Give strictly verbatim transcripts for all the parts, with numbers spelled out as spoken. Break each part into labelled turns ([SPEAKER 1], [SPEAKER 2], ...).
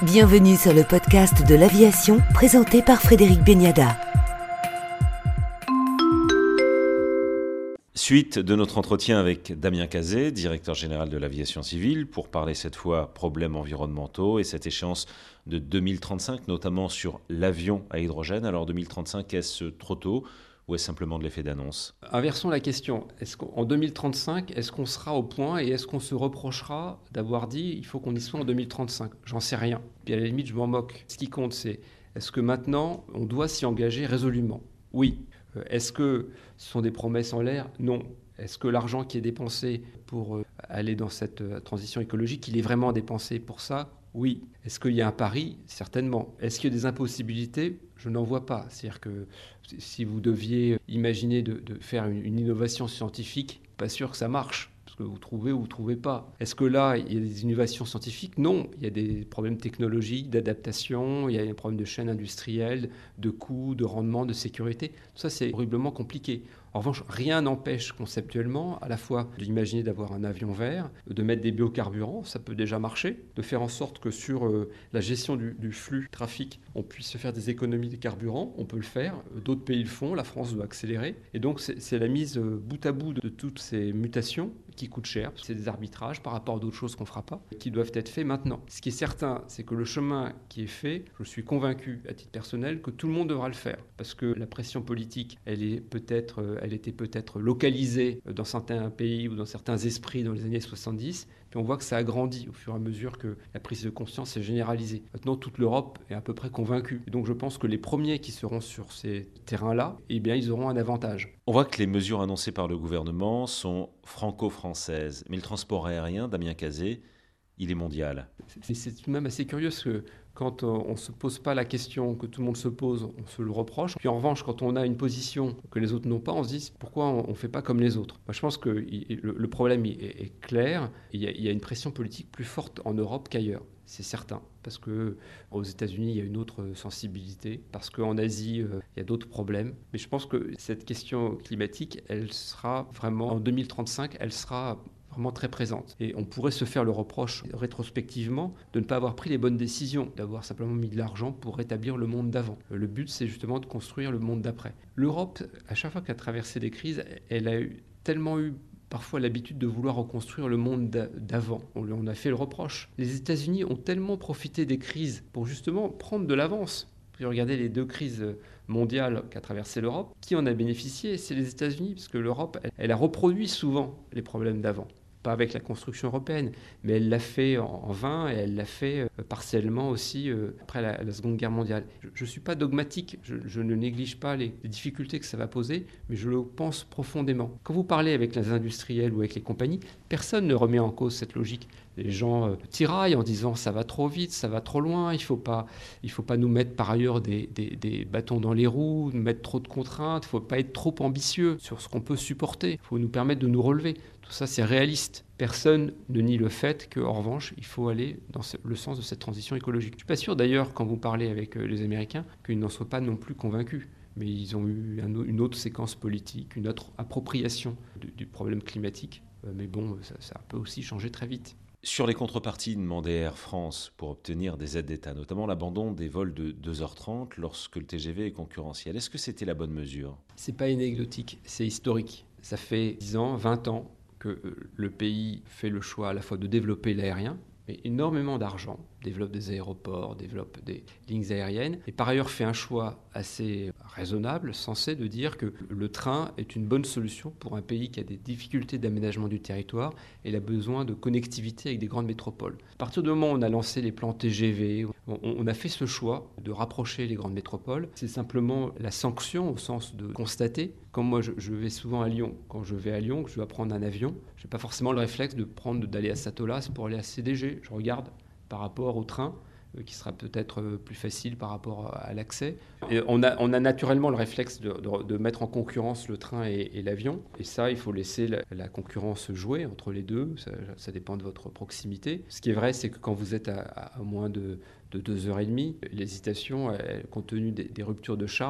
[SPEAKER 1] Bienvenue sur le podcast de l'aviation présenté par Frédéric Beniada.
[SPEAKER 2] Suite de notre entretien avec Damien Cazet, directeur général de l'aviation civile, pour parler cette fois problèmes environnementaux et cette échéance de deux mille trente-cinq, notamment sur l'avion à hydrogène. Alors deux mille trente-cinq, est-ce trop tôt ou est-ce simplement de l'effet d'annonce ?
[SPEAKER 3] Inversons la question. Est-ce qu'en deux mille trente-cinq, est-ce qu'on sera au point et est-ce qu'on se reprochera d'avoir dit il faut qu'on y soit en deux mille trente-cinq ? J'en sais rien. Puis à la limite, je m'en moque. Ce qui compte, c'est est-ce que maintenant, on doit s'y engager résolument ? Oui. Est-ce que ce sont des promesses en l'air ? Non. Est-ce que l'argent qui est dépensé pour aller dans cette transition écologique, il est vraiment dépensé pour ça ? Oui. Est-ce qu'il y a un pari ? Certainement. Est-ce qu'il y a des impossibilités ? Je n'en vois pas. C'est-à-dire que si vous deviez imaginer de, de faire une, une innovation scientifique, pas sûr que ça marche. Parce que vous trouvez ou vous ne trouvez pas. Est-ce que là, il y a des innovations scientifiques ? Non. Il y a des problèmes technologiques, d'adaptation, il y a des problèmes de chaîne industrielle, de coûts, de rendement, de sécurité. Tout ça, c'est horriblement compliqué. En revanche, rien n'empêche conceptuellement à la fois d'imaginer d'avoir un avion vert, de mettre des biocarburants, ça peut déjà marcher, de faire en sorte que sur euh, la gestion du, du flux trafic, on puisse se faire des économies de carburant, on peut le faire, d'autres pays le font, la France doit accélérer. Et donc c'est, c'est la mise euh, bout à bout de, de toutes ces mutations qui coûtent cher, c'est des arbitrages par rapport à d'autres choses qu'on ne fera pas, qui doivent être faits maintenant. Ce qui est certain, c'est que le chemin qui est fait, je suis convaincu à titre personnel que tout le monde devra le faire, parce que la pression politique, elle est peut-être... Euh, elle était peut-être localisée dans certains pays ou dans certains esprits dans les années soixante-dix, puis on voit que ça a grandi au fur et à mesure que la prise de conscience est généralisée. Maintenant, toute l'Europe est à peu près convaincue. Et donc je pense que les premiers qui seront sur ces terrains-là, eh bien, ils auront un avantage.
[SPEAKER 2] On voit que les mesures annoncées par le gouvernement sont franco-françaises, mais le transport aérien, Damien Cazet, il est mondial.
[SPEAKER 3] C'est, c'est tout de même assez curieux parce que quand on ne se pose pas la question que tout le monde se pose, on se le reproche. Puis en revanche, quand on a une position que les autres n'ont pas, on se dit pourquoi on ne fait pas comme les autres ? Moi, je pense que le, le problème est, est clair. Il y, a, il y a une pression politique plus forte en Europe qu'ailleurs. C'est certain, parce qu'aux États-Unis, il y a une autre sensibilité, parce qu'en Asie, euh, il y a d'autres problèmes. Mais je pense que cette question climatique, elle sera vraiment, en deux mille trente-cinq, elle sera vraiment très présente. Et on pourrait se faire le reproche rétrospectivement de ne pas avoir pris les bonnes décisions, d'avoir simplement mis de l'argent pour rétablir le monde d'avant. Le but, c'est justement de construire le monde d'après. L'Europe, à chaque fois qu'elle a traversé des crises, elle a eu, tellement eu parfois l'habitude de vouloir reconstruire le monde d'avant. On lui en a fait le reproche. Les États-Unis ont tellement profité des crises pour justement prendre de l'avance. Puis regardez les deux crises mondiales qu'a traversé l'Europe. Qui en a bénéficié ? C'est les États-Unis, parce que l'Europe, elle, elle a reproduit souvent les problèmes d'avant. Pas avec la construction européenne, mais elle l'a fait en vain et elle l'a fait partiellement aussi après la, la Seconde Guerre mondiale. Je ne suis pas dogmatique, je, je ne néglige pas les, les difficultés que ça va poser, mais je le pense profondément. Quand vous parlez avec les industriels ou avec les compagnies, personne ne remet en cause cette logique. Les gens euh, tiraillent en disant ça va trop vite, ça va trop loin, il ne faut pas, il faut pas nous mettre par ailleurs des, des, des bâtons dans les roues, nous mettre trop de contraintes, il ne faut pas être trop ambitieux sur ce qu'on peut supporter, il faut nous permettre de nous relever. Tout ça, c'est réaliste. Personne ne nie le fait qu'en revanche, il faut aller dans le sens de cette transition écologique. Je ne suis pas sûr d'ailleurs, quand vous parlez avec les Américains, qu'ils n'en soient pas non plus convaincus. Mais ils ont eu un, une autre séquence politique, une autre appropriation du, du problème climatique. Mais bon, ça, ça peut aussi changer très vite.
[SPEAKER 2] Sur les contreparties demandées à Air France pour obtenir des aides d'État, notamment l'abandon des vols de deux heures trente lorsque le T G V est concurrentiel, est-ce que c'était la bonne mesure ?
[SPEAKER 3] C'est pas anecdotique, c'est historique. Ça fait dix ans, vingt ans que le pays fait le choix à la fois de développer l'aérien, mais énormément d'argent, développe des aéroports, développe des lignes aériennes, et par ailleurs fait un choix assez raisonnable, sensé, de dire que le train est une bonne solution pour un pays qui a des difficultés d'aménagement du territoire et il a besoin de connectivité avec des grandes métropoles. À partir du moment où on a lancé les plans T G V, on, on a fait ce choix de rapprocher les grandes métropoles. C'est simplement la sanction au sens de constater. Comme moi, je, je vais souvent à Lyon. Quand je vais à Lyon, que je dois prendre un avion, je n'ai pas forcément le réflexe de prendre, d'aller à Satolas pour aller à C D G. Je regarde par rapport au train, euh, qui sera peut-être euh, plus facile par rapport à l'accès. Et on a, on a naturellement le réflexe de, de, de mettre en concurrence le train et, et l'avion. Et ça, il faut laisser la, la concurrence jouer entre les deux. Ça, ça dépend de votre proximité. Ce qui est vrai, c'est que quand vous êtes à, à moins de, de deux heures et demie, l'hésitation, elle, compte tenu des, des ruptures de charge,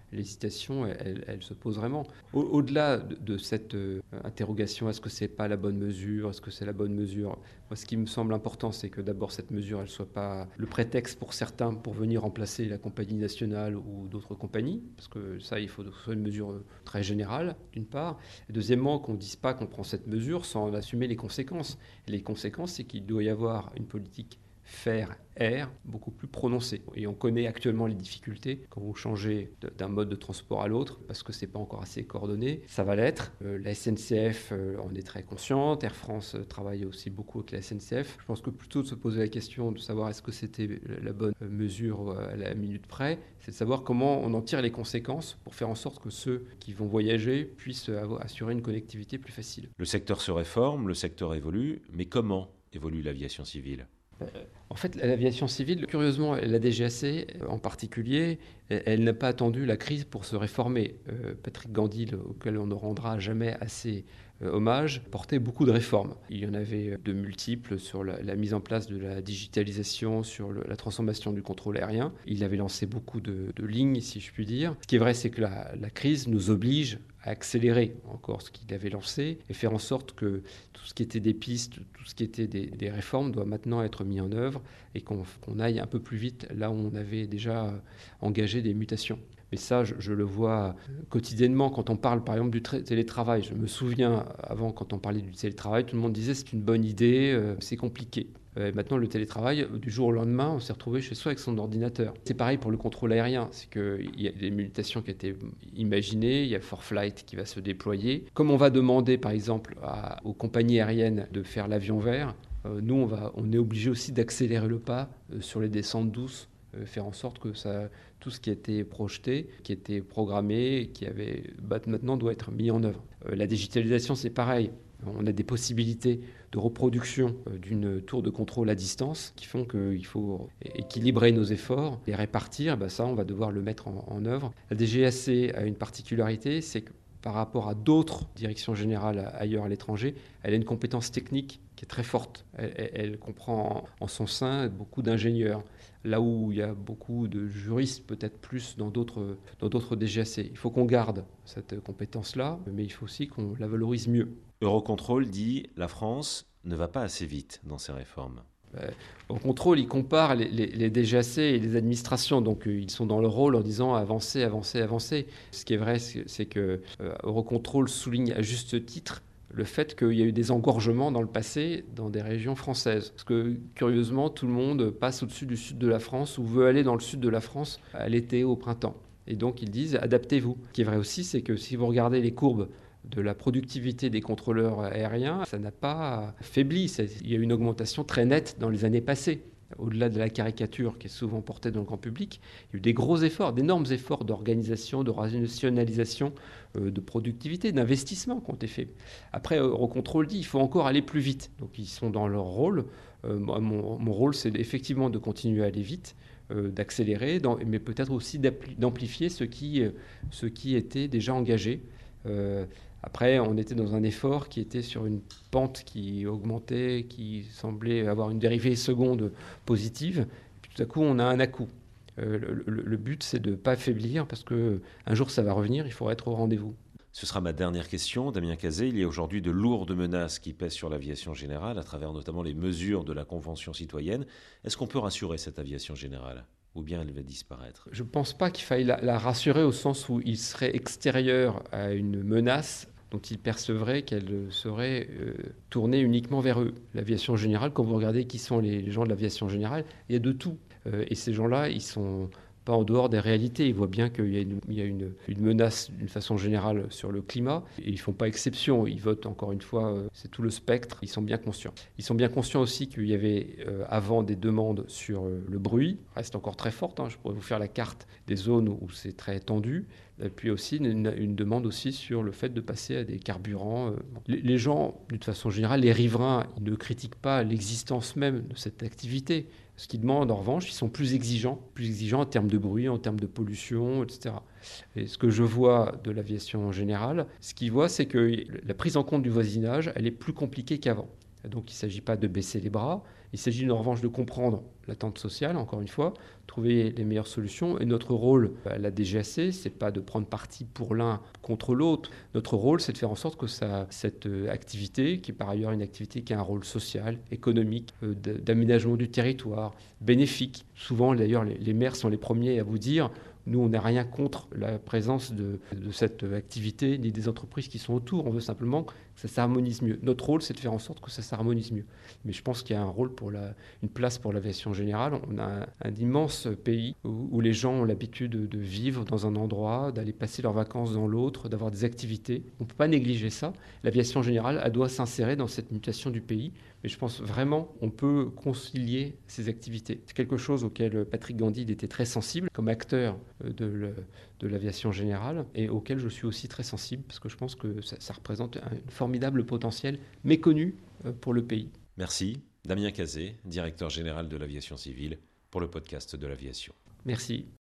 [SPEAKER 3] l'hésitation, elle, elle, elle se pose vraiment. Au, au-delà de, de cette euh, interrogation, est-ce que c'est pas la bonne mesure, est-ce que c'est la bonne mesure? Moi, ce qui me semble important, c'est que d'abord cette mesure, elle soit pas le prétexte pour certains pour venir remplacer la compagnie nationale ou d'autres compagnies, parce que ça, il faut que ce soit une mesure très générale, d'une part. Et deuxièmement, qu'on ne dise pas qu'on prend cette mesure sans en assumer les conséquences. Et les conséquences, c'est qu'il doit y avoir une politique faire air beaucoup plus prononcée. Et on connaît actuellement les difficultés quand vous changez d'un mode de transport à l'autre, parce que c'est pas encore assez coordonné. Ça va l'être. Euh, la S N C F euh, en est très consciente. Air France euh, travaille aussi beaucoup avec la S N C F. Je pense que plutôt de se poser la question de savoir est-ce que c'était la bonne mesure à la minute près, c'est de savoir comment on en tire les conséquences pour faire en sorte que ceux qui vont voyager puissent avoir, assurer une connectivité plus facile.
[SPEAKER 2] Le secteur se réforme, le secteur évolue, mais comment évolue l'aviation civile ?
[SPEAKER 3] En fait, l'aviation civile, curieusement, la D G A C en particulier, elle n'a pas attendu la crise pour se réformer. Euh, Patrick Gandil, auquel on ne rendra jamais assez euh, hommage, portait beaucoup de réformes. Il y en avait de multiples sur la, la mise en place de la digitalisation, sur le, la transformation du contrôle aérien. Il avait lancé beaucoup de, de lignes, si je puis dire. Ce qui est vrai, c'est que la, la crise nous oblige à accélérer encore ce qu'il avait lancé et faire en sorte que tout ce qui était des pistes, tout ce qui était des, des réformes doit maintenant être mis en œuvre et qu'on, qu'on aille un peu plus vite là où on avait déjà engagé des mutations. Mais ça, je, je le vois quotidiennement quand on parle, par exemple, du tra- télétravail. Je me souviens, avant, quand on parlait du télétravail, tout le monde disait c'est une bonne idée, euh, c'est compliqué. Euh, maintenant, le télétravail, du jour au lendemain, on s'est retrouvé chez soi avec son ordinateur. C'est pareil pour le contrôle aérien. C'est qu'il y a des mutations qui ont été imaginées. Il y a ForeFlight qui va se déployer. Comme on va demander, par exemple, à, aux compagnies aériennes de faire l'avion vert, euh, nous, on, va, on est obligé aussi d'accélérer le pas euh, sur les descentes douces. Euh, faire en sorte que ça, tout ce qui a été projeté, qui était programmé, qui avait, bah, maintenant doit être mis en œuvre. Euh, la digitalisation, c'est pareil. On a des possibilités de reproduction euh, d'une tour de contrôle à distance qui font qu'il faut équilibrer nos efforts et répartir. Bah, ça, on va devoir le mettre en, en œuvre. La D G A C a une particularité, c'est que par rapport à d'autres directions générales ailleurs à l'étranger, elle a une compétence technique qui est très forte. Elle, elle, elle comprend en, en son sein beaucoup d'ingénieurs. Là où il y a beaucoup de juristes, peut-être plus dans d'autres, dans d'autres D G A C. Il faut qu'on garde cette compétence-là, mais il faut aussi qu'on la valorise mieux.
[SPEAKER 2] Eurocontrol dit « La France ne va pas assez vite dans ses réformes ».
[SPEAKER 3] Euh, Eurocontrol, il compare les, les, les D G A C et les administrations, donc euh, ils sont dans leur rôle en disant avancer, avancer, avancer. Ce qui est vrai, c'est, c'est que euh, Eurocontrol souligne à juste titre le fait qu'il y a eu des engorgements dans le passé dans des régions françaises. Parce que, curieusement, tout le monde passe au-dessus du sud de la France ou veut aller dans le sud de la France à l'été, au printemps. Et donc, ils disent « adaptez-vous ». Ce qui est vrai aussi, c'est que si vous regardez les courbes de la productivité des contrôleurs aériens, ça n'a pas faibli. Il y a eu une augmentation très nette dans les années passées. Au-delà de la caricature qui est souvent portée dans le grand public, il y a eu des gros efforts, d'énormes efforts d'organisation, de rationalisation, euh, de productivité, d'investissement qui ont été faits. Après, Eurocontrol dit qu'il faut encore aller plus vite. Donc ils sont dans leur rôle. Euh, moi, mon, mon rôle, c'est effectivement de continuer à aller vite, euh, d'accélérer, mais peut-être aussi d'amplifier ce qui, euh, ce qui était déjà engagé. Euh, Après, on était dans un effort qui était sur une pente qui augmentait, qui semblait avoir une dérivée seconde positive. Et puis tout à coup, on a un à-coup. Euh, le, le, le but, c'est de ne pas faiblir, parce qu'un jour, ça va revenir, il faudra être au rendez-vous.
[SPEAKER 2] Ce sera ma dernière question. Damien Cazet, il y a aujourd'hui de lourdes menaces qui pèsent sur l'aviation générale, à travers notamment les mesures de la Convention citoyenne. Est-ce qu'on peut rassurer cette aviation générale ? Ou bien elle va disparaître ?
[SPEAKER 3] Je ne pense pas qu'il faille la, la rassurer au sens où il serait extérieur à une menace dont il percevrait qu'elle serait euh, tournée uniquement vers eux. L'aviation générale, quand vous regardez qui sont les, les gens de l'aviation générale, il y a de tout. Euh, et ces gens-là, ils ne sont pas en dehors des réalités. Ils voient bien qu'il y a une, il y a une, une menace d'une façon générale sur le climat. Et ils ne font pas exception. Ils votent, encore une fois, euh, c'est tout le spectre. Ils sont bien conscients. Ils sont bien conscients aussi qu'il y avait euh, avant des demandes sur euh, le bruit. Reste encore très forte. Hein. Je pourrais vous faire la carte des zones où c'est très tendu. Et puis aussi une, une demande aussi sur le fait de passer à des carburants. Les, les gens, d'une façon générale, les riverains, ils ne critiquent pas l'existence même de cette activité. Ce qu'ils demandent, en revanche, ils sont plus exigeants, plus exigeants en termes de bruit, en termes de pollution, et cetera. Et ce que je vois de l'aviation en général, ce qu'ils voient, c'est que la prise en compte du voisinage, elle est plus compliquée qu'avant. Donc il ne s'agit pas de baisser les bras, il s'agit en revanche de comprendre l'attente sociale, encore une fois, trouver les meilleures solutions. Et notre rôle à la D G A C, ce n'est pas de prendre parti pour l'un contre l'autre. Notre rôle, c'est de faire en sorte que ça, cette activité, qui est par ailleurs une activité qui a un rôle social, économique, euh, d'aménagement du territoire, bénéfique. Souvent, d'ailleurs, les, les maires sont les premiers à vous dire nous, on n'a rien contre la présence de, de cette activité ni des entreprises qui sont autour. On veut simplement que ça s'harmonise mieux. Notre rôle, c'est de faire en sorte que ça s'harmonise mieux. Mais je pense qu'il y a un rôle pour la, une place pour l'aviation générale. On a un, un immense pays où, où les gens ont l'habitude de, de vivre dans un endroit, d'aller passer leurs vacances dans l'autre, d'avoir des activités. On ne peut pas négliger ça. L'aviation générale, elle doit s'insérer dans cette mutation du pays. Mais je pense vraiment qu'on peut concilier ces activités. C'est quelque chose auquel Patrick Gandide était très sensible comme acteur de, le, de l'aviation générale et auquel je suis aussi très sensible parce que je pense que ça, ça représente un formidable potentiel méconnu pour le pays.
[SPEAKER 2] Merci. Damien Cazet, directeur général de l'aviation civile, pour le podcast de l'aviation.
[SPEAKER 3] Merci.